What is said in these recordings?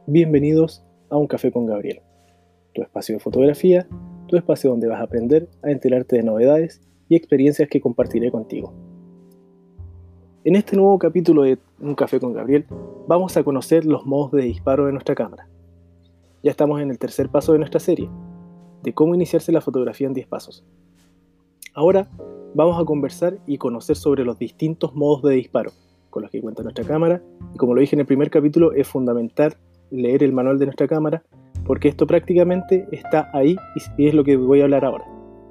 Bienvenidos a Un Café con Gabriel, tu espacio de fotografía, tu espacio donde vas a aprender a enterarte de novedades y experiencias que compartiré contigo. En este nuevo capítulo de Un Café con Gabriel vamos a conocer los modos de disparo de nuestra cámara. Ya estamos en el tercer paso de nuestra serie, de cómo iniciarse la fotografía en 10 pasos. Ahora vamos a conversar y conocer sobre los distintos modos de disparo con los que cuenta nuestra cámara, y como lo dije en el primer capítulo, es fundamental leer el manual de nuestra cámara, porque esto prácticamente está ahí y es lo que voy a hablar ahora.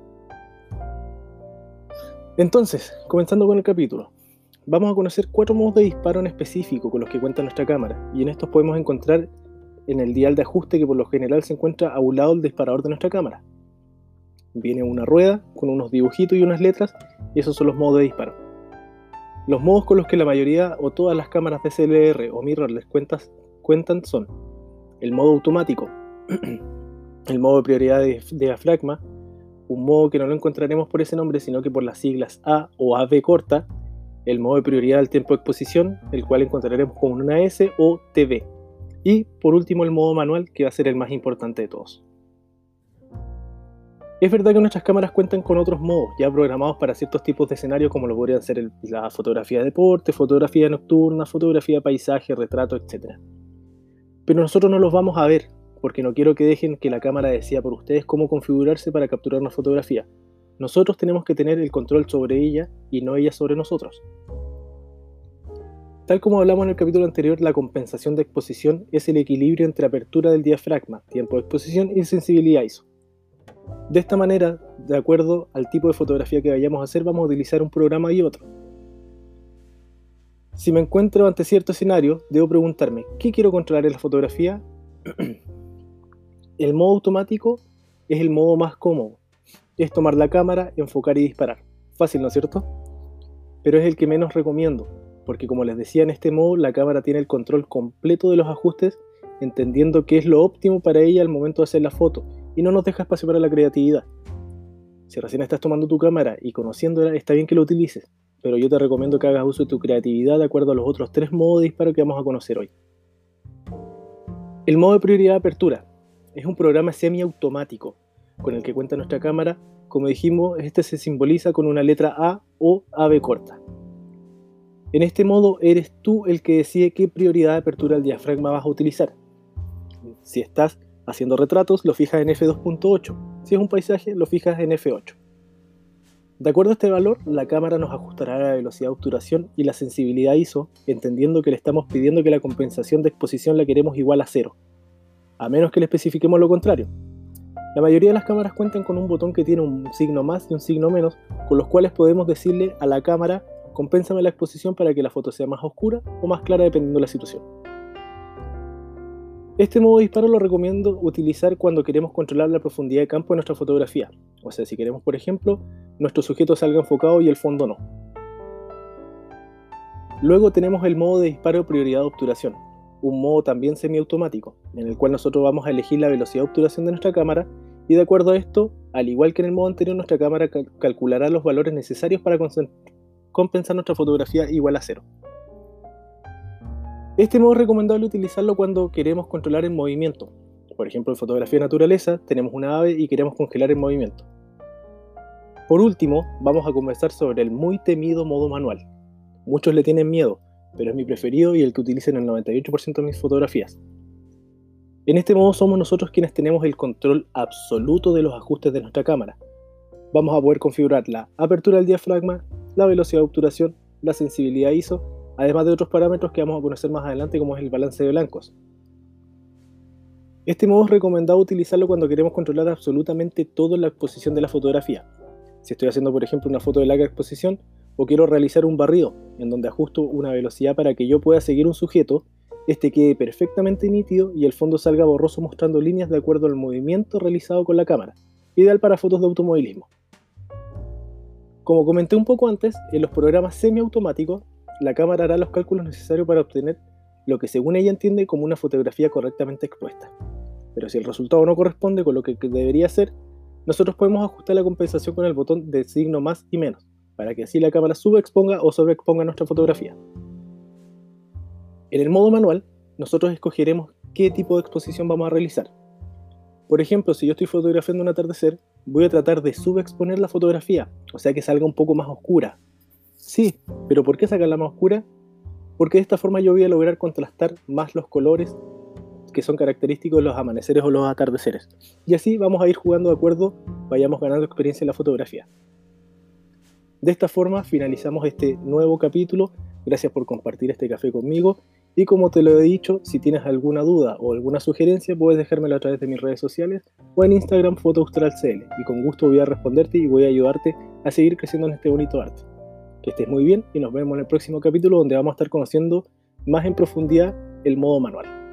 Entonces, comenzando con el capítulo, vamos a conocer 4 modos de disparo en específico con los que cuenta nuestra cámara, y en estos podemos encontrar en el dial de ajuste que por lo general se encuentra a un lado del disparador de nuestra cámara. Viene una rueda con unos dibujitos y unas letras, y esos son los modos de disparo. Los modos con los que la mayoría o todas las cámaras DSLR o mirrorless cuentan son el modo automático, el modo de prioridad de diafragma, un modo que no lo encontraremos por ese nombre sino que por las siglas A o AB corta, el modo de prioridad del tiempo de exposición, el cual encontraremos con una S o TV, y por último el modo manual, que va a ser el más importante de todos. Es verdad que nuestras cámaras cuentan con otros modos ya programados para ciertos tipos de escenarios, como lo podrían ser la fotografía de deporte, fotografía nocturna, fotografía de paisaje, retrato, etc. Pero nosotros no los vamos a ver, porque no quiero que dejen que la cámara decida por ustedes cómo configurarse para capturar una fotografía. Nosotros tenemos que tener el control sobre ella y no ella sobre nosotros. Tal como hablamos en el capítulo anterior, la compensación de exposición es el equilibrio entre apertura del diafragma, tiempo de exposición y sensibilidad ISO. De esta manera, de acuerdo al tipo de fotografía que vayamos a hacer, vamos a utilizar un programa y otro. Si me encuentro ante cierto escenario, debo preguntarme, ¿qué quiero controlar en la fotografía? El modo automático es el modo más cómodo. Es tomar la cámara, enfocar y disparar. Fácil, ¿no es cierto? Pero es el que menos recomiendo, porque como les decía, en este modo la cámara tiene el control completo de los ajustes, entendiendo qué es lo óptimo para ella al momento de hacer la foto, y no nos deja espacio para la creatividad. Si recién estás tomando tu cámara y conociéndola, está bien que lo utilices, pero yo te recomiendo que hagas uso de tu creatividad de acuerdo a los otros 3 modos de disparo que vamos a conocer hoy. El modo de prioridad de apertura es un programa semiautomático con el que cuenta nuestra cámara. Como dijimos, este se simboliza con una letra A o AB corta. En este modo eres tú el que decide qué prioridad de apertura del diafragma vas a utilizar. Si estás haciendo retratos, lo fijas en f2.8. Si es un paisaje, lo fijas en f8. De acuerdo a este valor, la cámara nos ajustará la velocidad de obturación y la sensibilidad ISO, entendiendo que le estamos pidiendo que la compensación de exposición la queremos igual a 0, a menos que le especifiquemos lo contrario. La mayoría de las cámaras cuentan con un botón que tiene un signo más y un signo menos, con los cuales podemos decirle a la cámara, compénsame la exposición para que la foto sea más oscura o más clara dependiendo de la situación. Este modo de disparo lo recomiendo utilizar cuando queremos controlar la profundidad de campo de nuestra fotografía, o sea, si queremos, por ejemplo, nuestro sujeto salga enfocado y el fondo no. Luego tenemos el modo de disparo de prioridad de obturación, un modo también semiautomático, en el cual nosotros vamos a elegir la velocidad de obturación de nuestra cámara, y de acuerdo a esto, al igual que en el modo anterior, nuestra cámara calculará los valores necesarios para compensar nuestra fotografía igual a 0. Este modo es recomendable utilizarlo cuando queremos controlar el movimiento. Por ejemplo, en fotografía de naturaleza tenemos una ave y queremos congelar el movimiento. Por último, vamos a conversar sobre el muy temido modo manual. Muchos le tienen miedo, pero es mi preferido y el que utilizo en el 98% de mis fotografías. En este modo somos nosotros quienes tenemos el control absoluto de los ajustes de nuestra cámara. Vamos a poder configurar la apertura del diafragma, la velocidad de obturación, la sensibilidad ISO, además de otros parámetros que vamos a conocer más adelante, como es el balance de blancos. Este modo es recomendado utilizarlo cuando queremos controlar absolutamente todo en la exposición de la fotografía. Si estoy haciendo, por ejemplo, una foto de larga exposición o quiero realizar un barrido, en donde ajusto una velocidad para que yo pueda seguir un sujeto, este quede perfectamente nítido y el fondo salga borroso mostrando líneas de acuerdo al movimiento realizado con la cámara, ideal para fotos de automovilismo. Como comenté un poco antes, en los programas semiautomáticos, la cámara hará los cálculos necesarios para obtener lo que según ella entiende como una fotografía correctamente expuesta. Pero si el resultado no corresponde con lo que debería ser, nosotros podemos ajustar la compensación con el botón de signo más y menos, para que así la cámara subexponga o sobreexponga nuestra fotografía. En el modo manual, nosotros escogeremos qué tipo de exposición vamos a realizar. Por ejemplo, si yo estoy fotografiando un atardecer, voy a tratar de subexponer la fotografía, o sea que salga un poco más oscura. Sí, pero ¿por qué sacarla más oscura? Porque de esta forma yo voy a lograr contrastar más los colores que son característicos de los amaneceres o los atardeceres. Y así vamos a ir jugando de acuerdo, vayamos ganando experiencia en la fotografía. De esta forma finalizamos este nuevo capítulo. Gracias por compartir este café conmigo. Y como te lo he dicho, si tienes alguna duda o alguna sugerencia, puedes dejármelo a través de mis redes sociales o en Instagram FotoAustralCL. Y con gusto voy a responderte y voy a ayudarte a seguir creciendo en este bonito arte. Que estés muy bien y nos vemos en el próximo capítulo donde vamos a estar conociendo más en profundidad el modo manual.